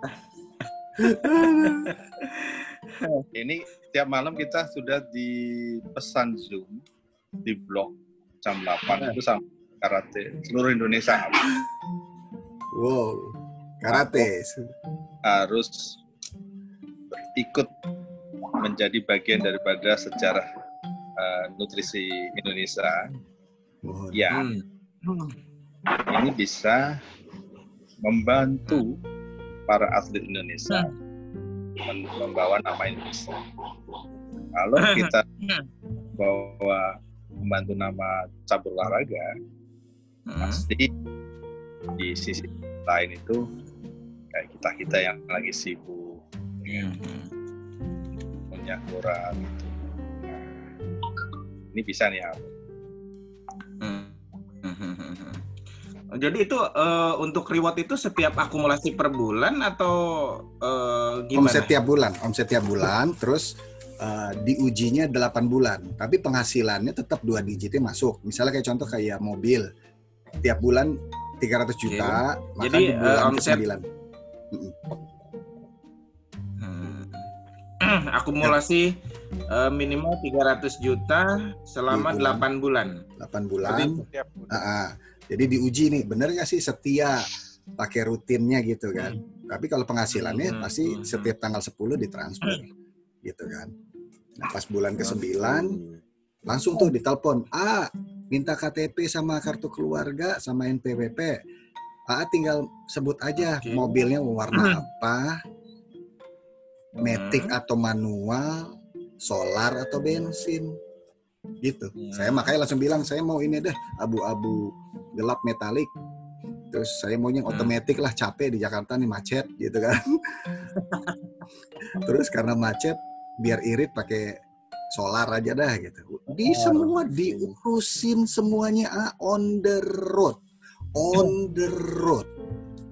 Ini tiap malam kita sudah dipesan Zoom di blog jam delapan itu sama karate seluruh Indonesia. Wow, karate harus ikut menjadi bagian daripada sejarah uh, nutrisi Indonesia. Mohon. Ya, Hmm. ini bisa membantu para atlet Indonesia mem- membawa nama Indonesia. Kalau kita bawa membantu nama cabur olahraga, Hmm. pasti di sisi lain itu kayak kita kita yang lagi sibuk, ya, punya kurang gitu. Nah, ini bisa nih Ab. Hmm. Jadi itu uh, untuk reward itu setiap akumulasi per bulan atau uh, gimana? Omset tiap bulan, omset tiap bulan, terus uh, diujinya delapan bulan. Tapi penghasilannya tetap dua digitnya masuk. Misalnya kayak contoh kayak mobil, tiap bulan tiga ratus juta, okay. Maka Jadi, di bulan uh, ke omset sembilan. Hmm. Akumulasi uh, minimal tiga ratus juta selama delapan bulan. delapan bulan. Tiap bulan. Uh, uh. Jadi diuji nih, bener nggak sih setia pakai rutinnya gitu kan? Hmm. Tapi kalau penghasilannya hmm. pasti setiap tanggal sepuluh ditransfer, hmm. gitu kan? Nah pas bulan ke sembilan langsung tuh ditelepon, ah minta K T P sama kartu keluarga sama N P W P, ah tinggal sebut aja okay. mobilnya warna apa, matic atau manual, solar atau bensin. Gitu. Hmm. Saya makanya langsung bilang saya mau ini deh abu-abu gelap metalik. Terus saya mau yang otomatis lah, capek di Jakarta nih macet gitu kan. Terus karena macet biar irit pakai solar aja dah gitu. Di semua diurusin semuanya ah, on the road. On the road.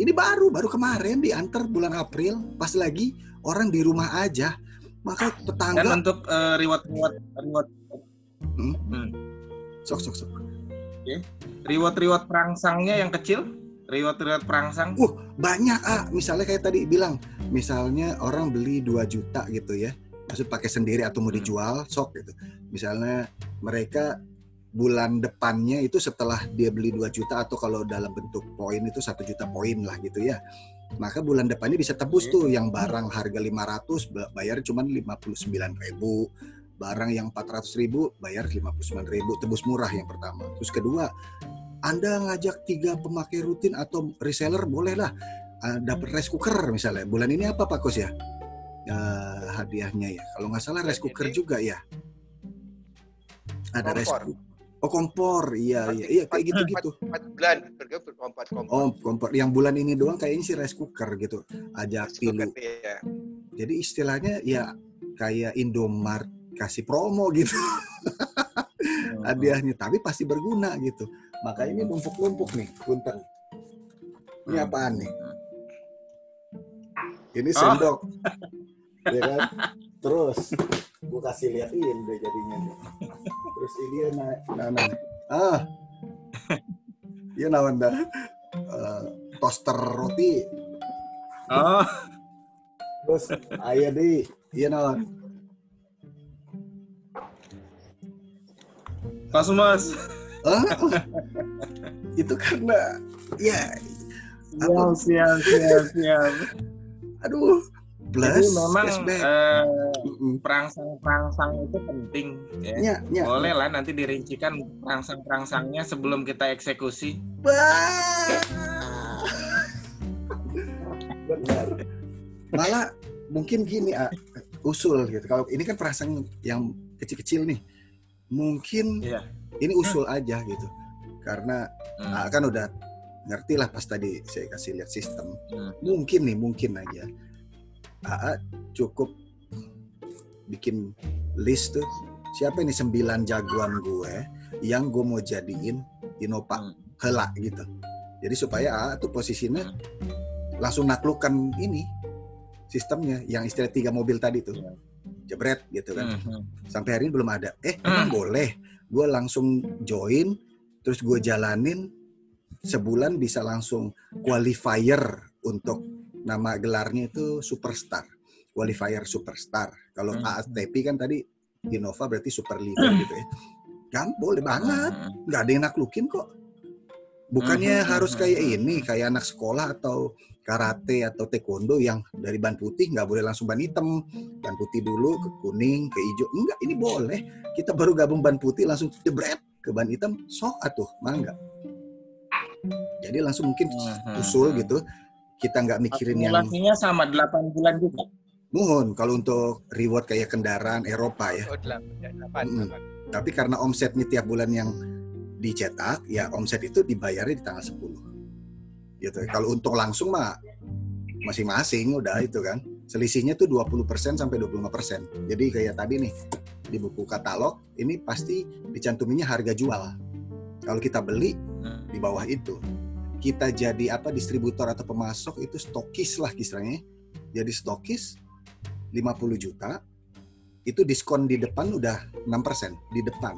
Ini baru, baru kemarin diantar bulan April, pas lagi orang di rumah aja. Maka tetangga. Dan untuk uh, reward-reward, reward, hmm? hmm. sok sok sok. Okay. Reward-reward perangsangnya yang kecil, reward-reward perangsang. Uh, banyak ah. Misalnya kayak tadi bilang, misalnya orang beli dua juta gitu ya, maksud pakai sendiri atau mau dijual, sok gitu. Misalnya mereka bulan depannya itu setelah dia beli dua juta atau kalau dalam bentuk poin itu satu juta poin lah gitu ya. Maka bulan depannya bisa tebus tuh yang barang harga lima ratus bayar cuma lima puluh sembilan ribu. Barang yang empat ratus ribu bayar lima puluh sembilan ribu, tebus murah yang pertama. Terus kedua, Anda ngajak tiga pemakai rutin atau reseller bolehlah uh, dapat rice cooker misalnya. Bulan ini apa Pak Kos ya? Uh, hadiahnya ya. Kalau nggak salah rice cooker ini juga ya. Ada rice cooker. Oh kompor, iya iya iya kayak gitu-gitu. Empat bulan berkompat kompor. Oh kompor, yang bulan ini doang kayaknya sih rice cooker gitu. Ajak pilu. Ya. Jadi istilahnya ya kayak Indomart kasih promo gitu. Hadiahnya, tapi pasti berguna gitu. Makanya ini numpuk-numpuk nih, punten. Ini apaan nih? Ini sendok, oh. Ya kan? Terus gue kasih liatin deh jadinya. Terus ini naik, nah, nah. ah, iya nawan dah, uh, toaster roti. Oh. Terus ayah deh, iya nawan. Kosmos. Ah, itu karena ya. Siap, siap, siap, siap. Aduh. Plus, jadi memang uh, perangsang-perangsang itu penting ya. Ya, ya. Boleh lah nanti dirincikan perangsang-perangsangnya sebelum kita eksekusi. Benar. Malah mungkin gini ah, usul gitu. Kalau ini kan perangsang yang kecil-kecil nih. Mungkin ya. Ini usul hmm. aja gitu. Karena hmm. ah, kan udah ngerti lah pas tadi saya kasih lihat sistem. Hmm. Mungkin nih, mungkin aja. A A cukup bikin list tuh siapa ini sembilan jagoan gue yang gue mau jadiin Innova hmm. hela gitu. Jadi supaya A A tuh posisinya langsung naklukkan ini sistemnya yang istilah tiga mobil tadi tuh jebret gitu kan. Hmm. Sampai hari ini belum ada. Eh emang hmm. boleh gue langsung join terus gue jalanin sebulan bisa langsung qualifier untuk nama gelarnya itu superstar, qualifier superstar. Kalau hmm. A T P kan tadi Innova berarti super leader gitu ya. Kan boleh banget, nggak ada yang naklukin kok. Bukannya hmm. harus kayak ini, kayak anak sekolah atau karate atau taekwondo yang dari ban putih nggak boleh langsung ban hitam, ban putih dulu ke kuning ke hijau. Enggak, ini boleh. Kita baru gabung ban putih langsung jebret ke ban hitam, sok atuh, mangga. Jadi langsung mungkin usul gitu. Kita nggak mikirin yang akumulasinya sama delapan bulan juga. Mohon kalau untuk reward kayak kendaraan Eropa ya. Oh, delapan, hmm. Tapi karena omsetnya tiap bulan yang dicetak, ya omset itu dibayarnya di tanggal sepuluh. Gitu. Kalau untuk langsung mah masing-masing udah itu kan. Selisihnya tuh dua puluh persen sampai dua puluh lima persen. Jadi kayak tadi nih di buku katalog ini pasti dicantuminya harga jual. Kalau kita beli di bawah itu. Kita jadi apa distributor atau pemasok itu stokis lah kisahnya. Jadi stokis lima puluh juta itu diskon di depan udah enam persen di depan.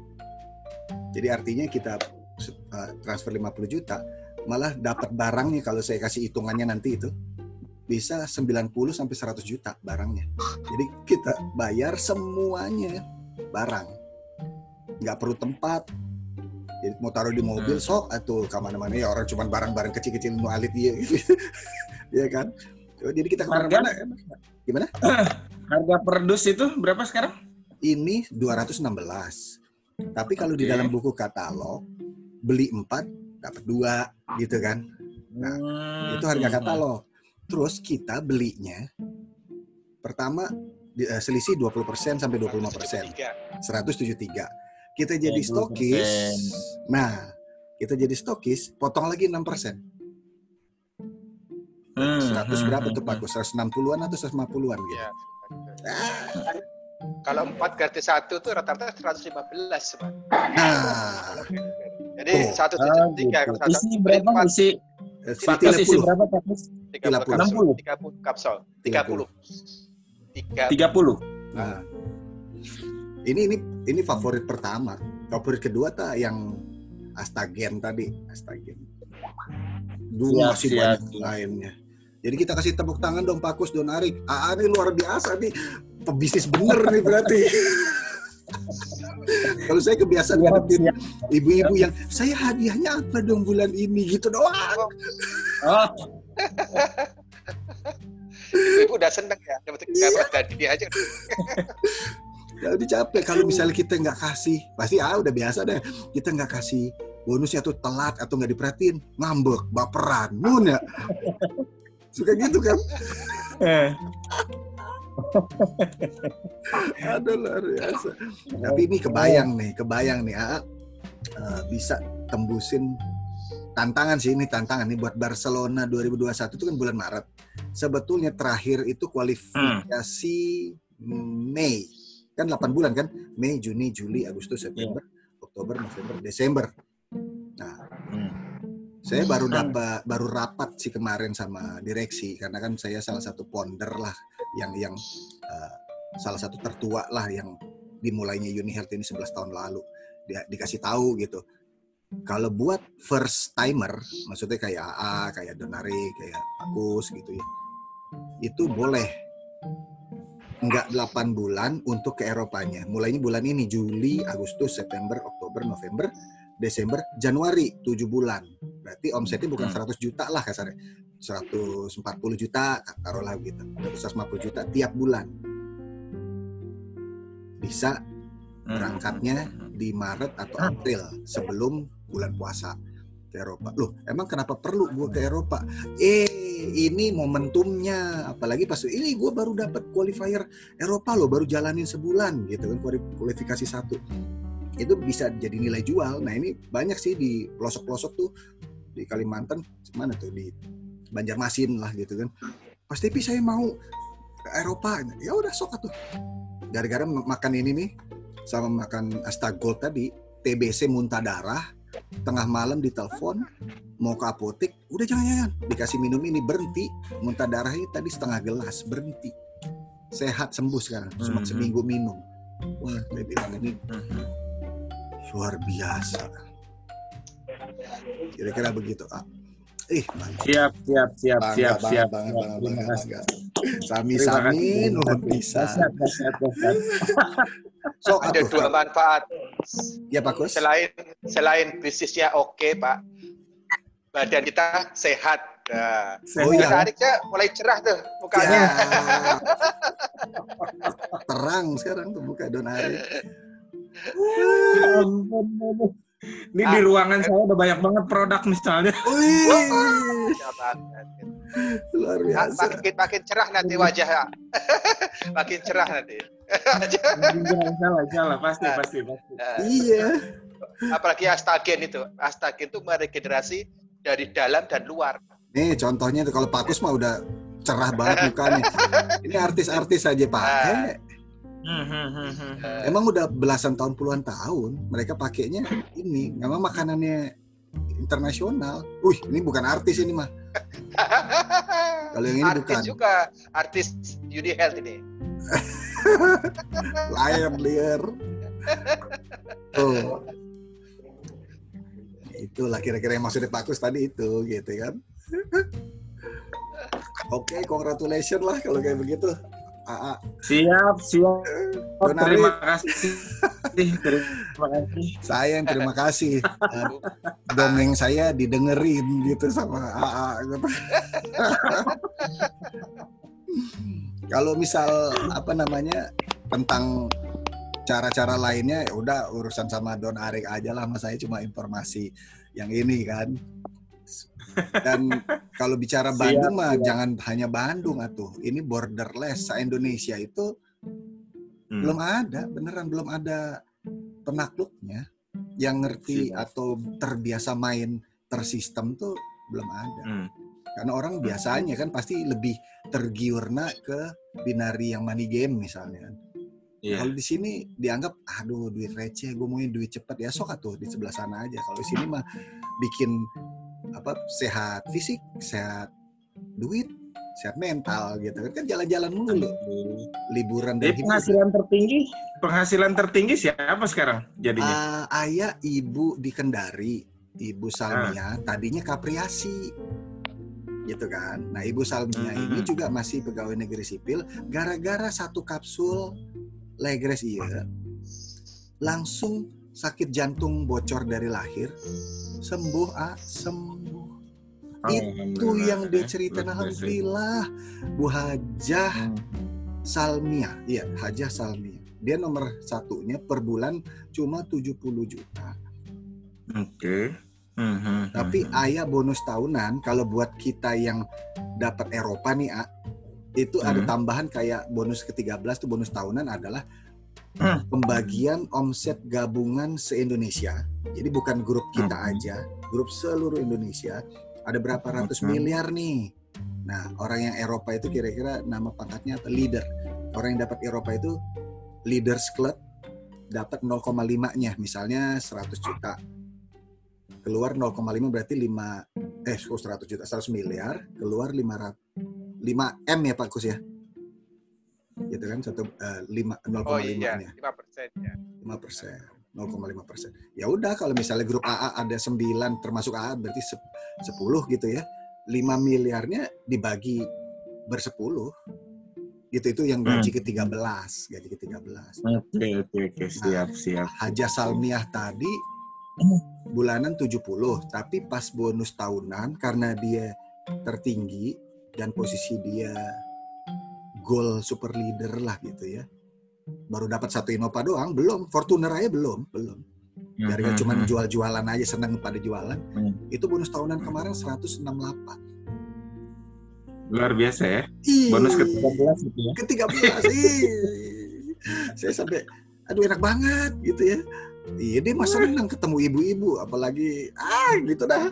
Jadi artinya kita uh, transfer lima puluh juta malah dapat barangnya kalau saya kasih hitungannya nanti itu bisa sembilan puluh sampai seratus juta barangnya. Jadi kita bayar semuanya barang. Nggak perlu tempat. Jadi mau taruh di mobil sok atau kemana-mana ya orang cuma barang-barang kecil-kecil mau alit dia gitu. Ya kan. Jadi kita kemana-mana kan. Gimana? Harga per dus itu berapa sekarang? Ini dua ratus enam belas. Tapi kalau okay. di dalam buku katalog beli empat dapat dua gitu kan. Nah, hmm. itu harga katalog. Terus kita belinya pertama uh, selisih dua puluh persen sampai dua puluh lima persen. seratus tujuh puluh tiga. Kita jadi stokis. Nah, kita jadi stokis, potong lagi enam persen. Hmm, seratus hmm, berapa hmm, tuh Pak? seratus enam puluhan atau seratus lima puluhan gitu. Ya. Ah. Kalau empat gratis satu tuh rata-rata seratus lima belas, Pak. Nah. Jadi satu tujuh tiga kalau isi berapa isi? Pakus isi berapa Pakus? tiga puluh enam puluh. tiga puluh kapsul. tiga puluh. tiga puluh. Nah. Ini ini ini favorit pertama. Favorit kedua tak yang Astagen tadi, Astagen. Dulu Siap, masih siap, banyak siap. lainnya. Jadi kita kasih tepuk tangan dong Pakus Don Arik. A A ini luar biasa nih. Pebisnis bener nih berarti. Kalau saya kebiasaan Siap, ngadepin siap. ibu-ibu yang saya hadiahnya apa dong bulan ini gitu doang. Oh, Ibu udah seneng ya, dapat dapat hadiah aja. Ya udah capek kalau misalnya kita nggak kasih, pasti ah udah biasa deh. Kita nggak kasih bonusnya tuh telat atau nggak diperhatiin, ngambek, baperan, mun ya. Suka gitu kan? eh. Aduh luar biasa. Tapi ini kebayang nih, kebayang nih, ah, uh, bisa tembusin tantangan sih ini tantangan nih buat Barcelona dua ribu dua puluh satu itu kan bulan Maret. Sebetulnya terakhir itu kualifikasi hmm. Mei. Kan delapan bulan kan? Mei, Juni, Juli, Agustus, September, yeah. Oktober, November, Desember. Nah, hmm. saya baru dapat baru rapat sih kemarin sama direksi karena kan saya salah satu founder lah yang yang uh, salah satu tertua lah yang dimulainya UniHealth ini sebelas tahun lalu. Dia dikasih tahu gitu. Kalau buat first timer, maksudnya kayak A A, kayak Donari, kayak Pakus gitu ya. Itu boleh enggak delapan bulan untuk ke Eropanya. Mulainya bulan ini Juli, Agustus, September, Oktober, November, Desember, Januari tujuh bulan. Berarti omsetnya bukan seratus juta lah kasarnya. seratus empat puluh juta taruhlah gitu. seratus lima puluh juta tiap bulan. Bisa berangkatnya di Maret atau April sebelum bulan puasa ke Eropa. Loh, emang kenapa perlu gue ke Eropa? Eh, ini momentumnya. Apalagi pas ini gue baru dapat qualifier Eropa loh, baru jalanin sebulan gitu kan kualifikasi satu. Itu bisa jadi nilai jual. Nah ini banyak sih di pelosok-pelosok tuh di Kalimantan, mana tuh di Banjarmasin lah gitu kan. Pas tapi saya mau ke Eropa, ya udah sok atuh. Gara-gara makan ini nih sama makan Astagol tadi, T B C muntah darah, tengah malam ditelepon mau ke apotek, udah jangan-jangan dikasih minum ini berhenti, muntah darahnya tadi setengah gelas berhenti, sehat sembuh sekarang, cuma mm-hmm. seminggu minum. Wah, saya bilang ini luar biasa. Kira-kira begitu, ah. Ih, siap, siap, siap, bangga, siap, bangga, siap. Bangga, bangga, bangga, bangga. Sami-sami, nuhun bisa. So, ada atuh, dua manfaat. Ya Pak Kus. Selain selain bisnisnya oke Pak, badan kita sehat. Nah, oh iya. Tariknya mulai cerah tuh mukanya. Ya. Terang sekarang tuh muka Don Ari. Ini ah, di ruangan saya udah banyak banget produk misalnya. Wih. Luar biasa. Makin makin cerah nanti wajah. Makin cerah nanti. Salah, salah, pasti, pasti, pasti. Iya. Apalagi Astagen itu. Astagen itu meregenerasi dari dalam dan luar. Nih contohnya tuh kalau Pakus mah udah cerah banget mukanya. Ini artis-artis aja pakai. Emang udah belasan tahun puluhan tahun mereka pakainya ini. Memang makanannya internasional. Wih, ini bukan artis ini mah. Kalau yang ini artis bukan. Artis juga, artis UniHealth ini. Liar, liar. Oh. Itulah kira-kira yang maksudnya Pakus tadi itu, gitu kan. Oke, okay, congratulations lah kalau kayak begitu. A A. Siap, siap. Oh, terima kasih. Terima kasih. Saya yang terima kasih. Uh, dongeng saya didengerin gitu sama A A gitu. Kalau misal apa namanya tentang cara-cara lainnya ya udah urusan sama Don Arik aja lah, mas saya cuma informasi yang ini kan. Dan kalau bicara Bandung siap, mah siap. Jangan hanya Bandung atuh. Ini borderless se-Indonesia itu hmm. belum ada, beneran belum ada penakluknya yang ngerti siap. Atau terbiasa main tersistem tuh belum ada. Hmm. Karena orang biasanya kan pasti lebih tergiurna ke binari yang money game misalnya. Yeah. Kalau di sini dianggap aduh duit receh, gue mauin duit cepet ya sok atuh di sebelah sana aja. Kalau di sini mah bikin apa sehat fisik, sehat duit, sehat mental gitu kan. Kan jalan-jalan mulu, liburan dan Jadi penghasilan tertinggi, penghasilan tertinggi siapa sekarang jadinya? Uh, ayah ibu di Kendari, Ibu Salmia, ah. tadinya Kapriasi, gitu kan. Nah Ibu Salmia hmm. ini juga masih pegawai negeri sipil, gara-gara satu kapsul Legres iya, langsung sakit jantung bocor dari lahir, sembuh ah sembuh. Oh, itu yang dia cerita, alhamdulillah. Bu Hajah hmm. Salmia, iya Hajah Salmia. Dia nomor satunya per bulan cuma tujuh puluh juta. Oke. Okay. Hmm, Tapi hmm, ayah bonus tahunan, kalau buat kita yang dapat Eropa nih, A, itu hmm. ada tambahan kayak bonus ke tiga belas tuh bonus tahunan adalah hmm. pembagian omset gabungan se-Indonesia. Jadi bukan grup kita hmm. aja, grup seluruh Indonesia. Ada berapa ratus hmm. miliar nih. Nah, orang yang Eropa itu kira-kira nama pangkatnya apa? Leader. Orang yang dapat Eropa itu Leaders Club, dapat nol koma lima-nya, misalnya seratus juta. Keluar nol koma lima berarti lima eh seratus juta, seratus miliar, keluar lima ratus lima M ya Pak Kus ya. Gitu kan satu uh, lima nol koma lima-nya. lima persen ya. lima persen. nol koma lima persen. Ya udah kalau misalnya grup A A ada sembilan termasuk A A berarti sepuluh gitu ya. lima miliarnya dibagi bersepuluh. Gitu itu yang gaji ke tiga belas, gaji ke tiga belas. Oke oke oke siap nah, siap. Hajah Salmiah tadi bulanan tujuh puluh, tapi pas bonus tahunan karena dia tertinggi dan posisi dia goal super leader lah gitu ya. Baru dapat satu Innova doang, belum. Fortuner aja belum, belum. Gara-gara mm-hmm. cuma jual-jualan aja, seneng pada jualan. Mm. Itu bonus tahunan kemarin seratus enam puluh delapan. Luar biasa ya. Ih, bonus ke tiga belas gitu ya. ke tiga belas. Saya sampai aduh enak banget gitu ya. Iya dia mah senang ketemu ibu-ibu, apalagi ah gitu dah.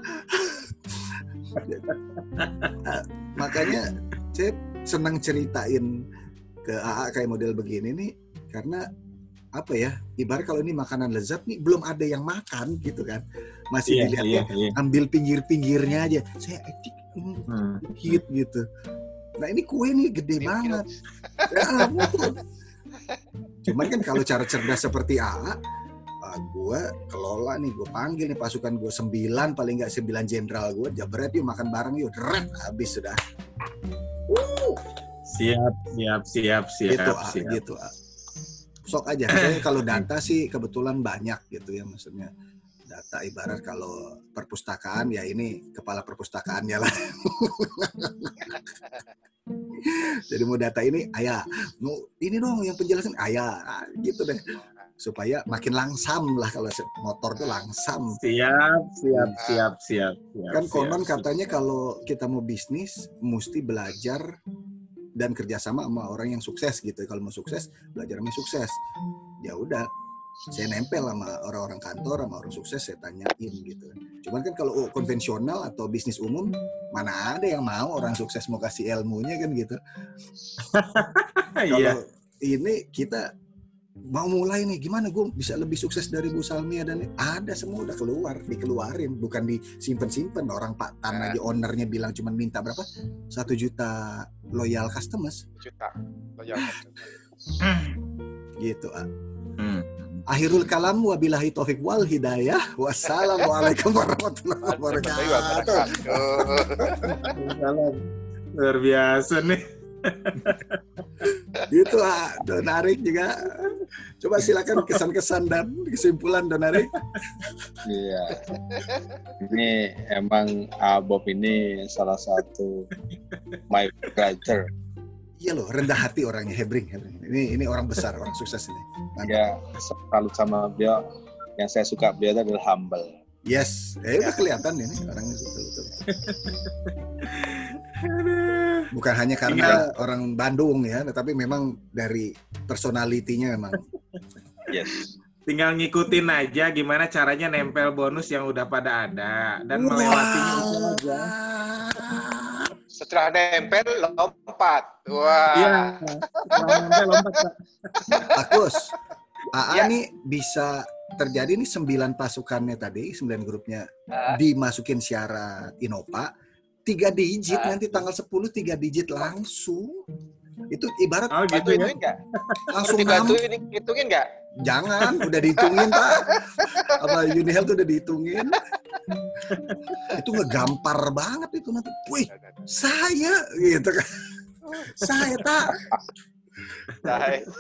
Nah, makanya saya senang ceritain ke A A kayak model begini nih, karena apa ya, ibarat kalau ini makanan lezat nih belum ada yang makan gitu kan, masih yeah, dilihatnya yeah, yeah. ambil pinggir-pinggirnya aja, saya edik hmm. hit gitu. Nah ini kue nih gede Hit, banget. Ya, cuman kan kalau cara cerdas seperti A A, uh, gue kelola nih, gue panggil nih pasukan gue sembilan, paling nggak sembilan jenderal gue, jabret yuk makan bareng yuk, deret habis sudah. Uh. Siap, siap, siap, siap. Gitu, siap. A, gitu. A. Sok aja. Saya kalau data sih kebetulan banyak gitu ya, maksudnya data ibarat kalau perpustakaan ya ini kepala perpustakaannya lah. Jadi mau data ini, ayah, mau ini dong yang penjelasan, ayah, nah, gitu deh. Supaya makin langsam lah kalau motor tuh langsam. Siap, siap, siap, siap. siap kan konon siap, katanya siap. Kalau kita mau bisnis mesti belajar dan kerjasama sama orang yang sukses gitu. Kalau mau sukses, belajar sama sukses. Ya udah, saya nempel sama orang-orang kantor, sama orang sukses, saya tanyain gitu. Cuman kan kalau oh, konvensional atau bisnis umum, mana ada yang mau orang sukses mau kasih ilmunya kan gitu. Kalau ini kita mau mulai nih, gimana gue bisa lebih sukses dari Bu Salmia dan ada semua udah keluar, dikeluarin, bukan disimpan-simpan. Orang Pak Tan aja ownernya bilang cuma minta berapa? Satu juta loyal customers. Juta loyal customers. Gitu ah. Hmm. Akhirul kalam wabillahi taufik wal hidayah. Wassalamualaikum warahmatullahi wabarakatuh. Luar biasa nih. Gitu ah, Donarik juga. Coba silakan kesan-kesan dan kesimpulan Donarik. Iya. Ini emang Bob ini salah satu my brother. Iya loh, rendah hati orangnya, hebring, hebring. Ini ini orang besar, orang sukses ini. Mantap. Ya, salut sama beliau. Yang saya suka beliau adalah humble. Yes, eh udah kelihatan ini orangnya betul-betul. Bukan hanya karena Tinggal. orang Bandung ya, tetapi memang dari personalitinya memang. Yes. Tinggal ngikutin aja gimana caranya nempel bonus yang udah pada ada dan wow. melewatinya itu aja. Setelah nempel lompat. Wah. Iya. Setelah nempel lompat. Bagus. A A ya. nih bisa terjadi nih sembilan pasukannya tadi, sembilan grupnya Ah. dimasukin syarat Innova, tiga digit Ah. nanti tanggal sepuluh tiga digit langsung. Itu ibarat Oh gitu ya. Bantuin nggak? langsung Perlu ngam. dibantuin, hitungin nggak? Jangan, udah dihitungin Pak. Apa Unihel tuh udah dihitungin. Itu ngegampar banget itu nanti. Wih, saya gitu kan. Saya tak. Nah,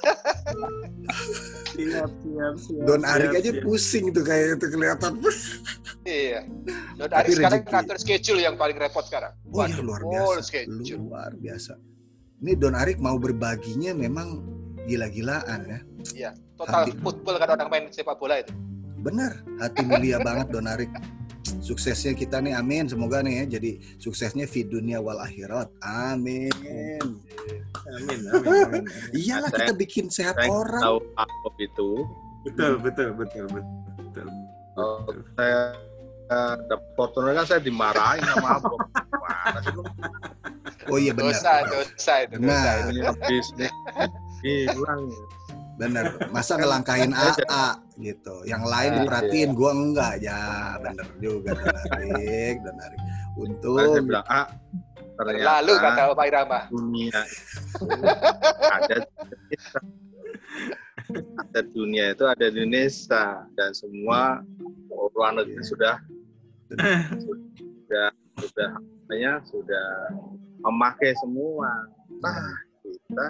Siap, siap, siap. Don Arik siap, aja siap. pusing tuh kayak itu kelihatan. iya. Don Tapi Arik sekarang rezeki. ngatur schedule yang paling repot sekarang. Oh iya, luar full biasa. schedule. Luar biasa. Ini Don Arik mau berbaginya memang gila-gilaan ya. Iya, total Hati- football kan orang main sepak bola itu. Bener, hati mulia banget Don Arik. Suksesnya kita nih, amin. Semoga nih ya, jadi suksesnya fi dunia wal akhirat. Amin. Amin, amin, amin. Iyalah Saya- kita bikin sehat Saya orang. tahu apa itu. Betul, betul, betul, betul. Oh, saya uh, dapat Fortuner kan saya dimarahin sama Abang. Mana sih lu? Oh iya benar. Dosa, dosa itu, dosa Nah. itu. Punya bisnis hilang. Bener. Masa ngelangkahin A A gitu. Yang lain Nah, diperhatiin, gua enggak. Ya bener juga Don Arik, Don Arik. Untung. Kan saya bilang, ah, ternyata Lalu kata Pak Irama. dunia itu ada di kita. Ada dunia itu ada di Indonesia dan semua orang negeri sudah sudah sudah apanya sudah memakai semua. Nah, kita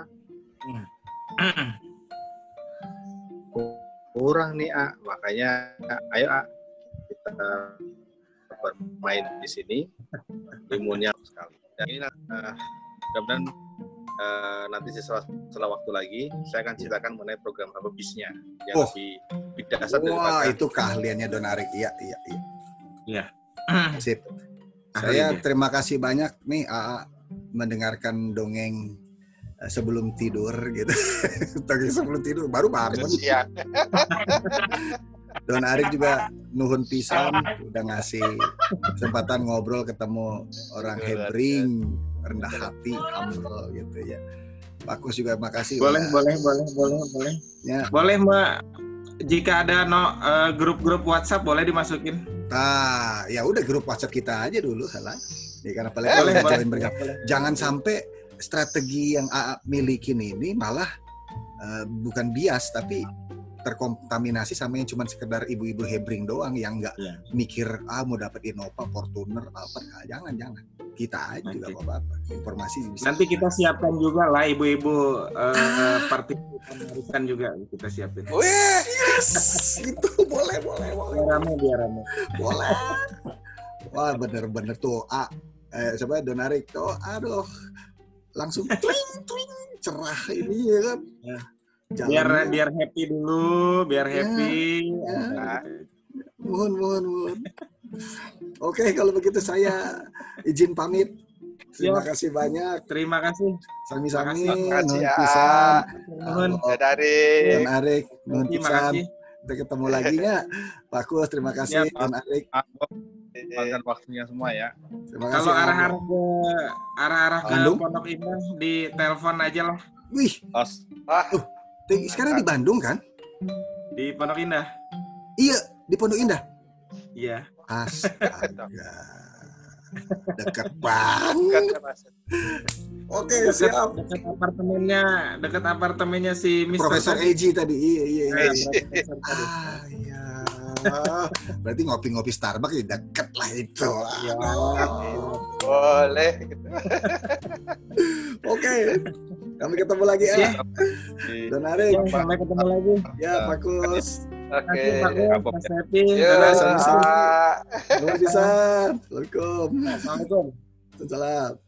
kurang nih, A. Makanya ayo, A, kita bermain di sini ilmunya sekali. Dan ini uh, mudah-mudahan uh, nanti setelah, setelah waktu lagi saya akan ceritakan mengenai program habisnya yang Oh. lebih lebih dasar Wah, daripada itu keahliannya Don Arik. Iya, iya, iya. Iya. Sip. Ahli Saya dia. terima kasih banyak nih A A mendengarkan dongeng eh, sebelum tidur gitu. Dongeng sebelum tidur baru bangun. Siang. Don Arik juga nuhun pisan udah ngasih kesempatan ngobrol ketemu orang Hebring, rendah hati, humble gitu ya. Pak Kus juga makasih. Boleh, udah- boleh, boleh, boleh, boleh. Ya. Boleh, Mbak. Jika ada no eh, grup-grup WhatsApp boleh dimasukin. Nah, ya udah grup WhatsApp kita aja dulu, salah. Ya karena paling Boleh, kita boleh. join bergabung. Boleh. Jangan sampai strategi yang A A milikin ini malah eh, bukan bias tapi terkontaminasi sama yang cuma sekedar ibu-ibu Hebring doang yang nggak Iya. mikir ah mau dapat Innova, Fortuner, apa nah, jangan jangan kita aja juga Oke. apa-apa informasi bisa. Nanti kita siapkan juga lah ibu-ibu eh, partisipan arisan juga kita siapin. Wih, Yes, itu boleh boleh boleh Biar rame, biar rame. boleh. Wah bener-bener tuh A eh, coba Don Arik tuh aduh langsung twing twing cerah ini ya kan. Ya. Jalannya. Biar biar happy dulu, biar Ya, happy. ya. Nah, Mohon, mohon, mohon. Oke, kalau begitu saya izin pamit. Terima Siap. kasih banyak. Terima kasih. Sami-sami. Terima kasih, Nuhun ya. pisan. Nuhun. ya dari Don Arik, nuhun Terima pisan. kasih. Kita ketemu lagi ya. Pak Kus, terima kasih. Siap. Don Arik, Abang makan waktunya semua ya. terima kasih. Kalau arah-arah ke arah-arah ke Bandung? Pondok Indah di telepon aja lah Wih, Os, ah, di- sekarang di Bandung kan? di Pondok Indah. Iya, di Pondok Indah. Iya. Astaga. Dekat kan banget. Mas. Oke, Dekat, siap. dekat apartemennya, dekat apartemennya si mister Profesor tadi. Eji tadi. Iya, iya, Nah, iya. Profesor tadi. Ah, iya. Berarti ngopi-ngopi Starbucks ya deket lah itu. Ya. Boleh. Oke. Kami ketemu lagi ya. Siap. di Don Arik. Ya, sampai ketemu lagi. Ya, Pak Kus. Oke. Terima kasih, Pak Kus, Mas Happy. Yo, Dadah, Dadah, sama-sama. ah. Nuhun pisan. Assalamualaikum. Assalamualaikum. Salam.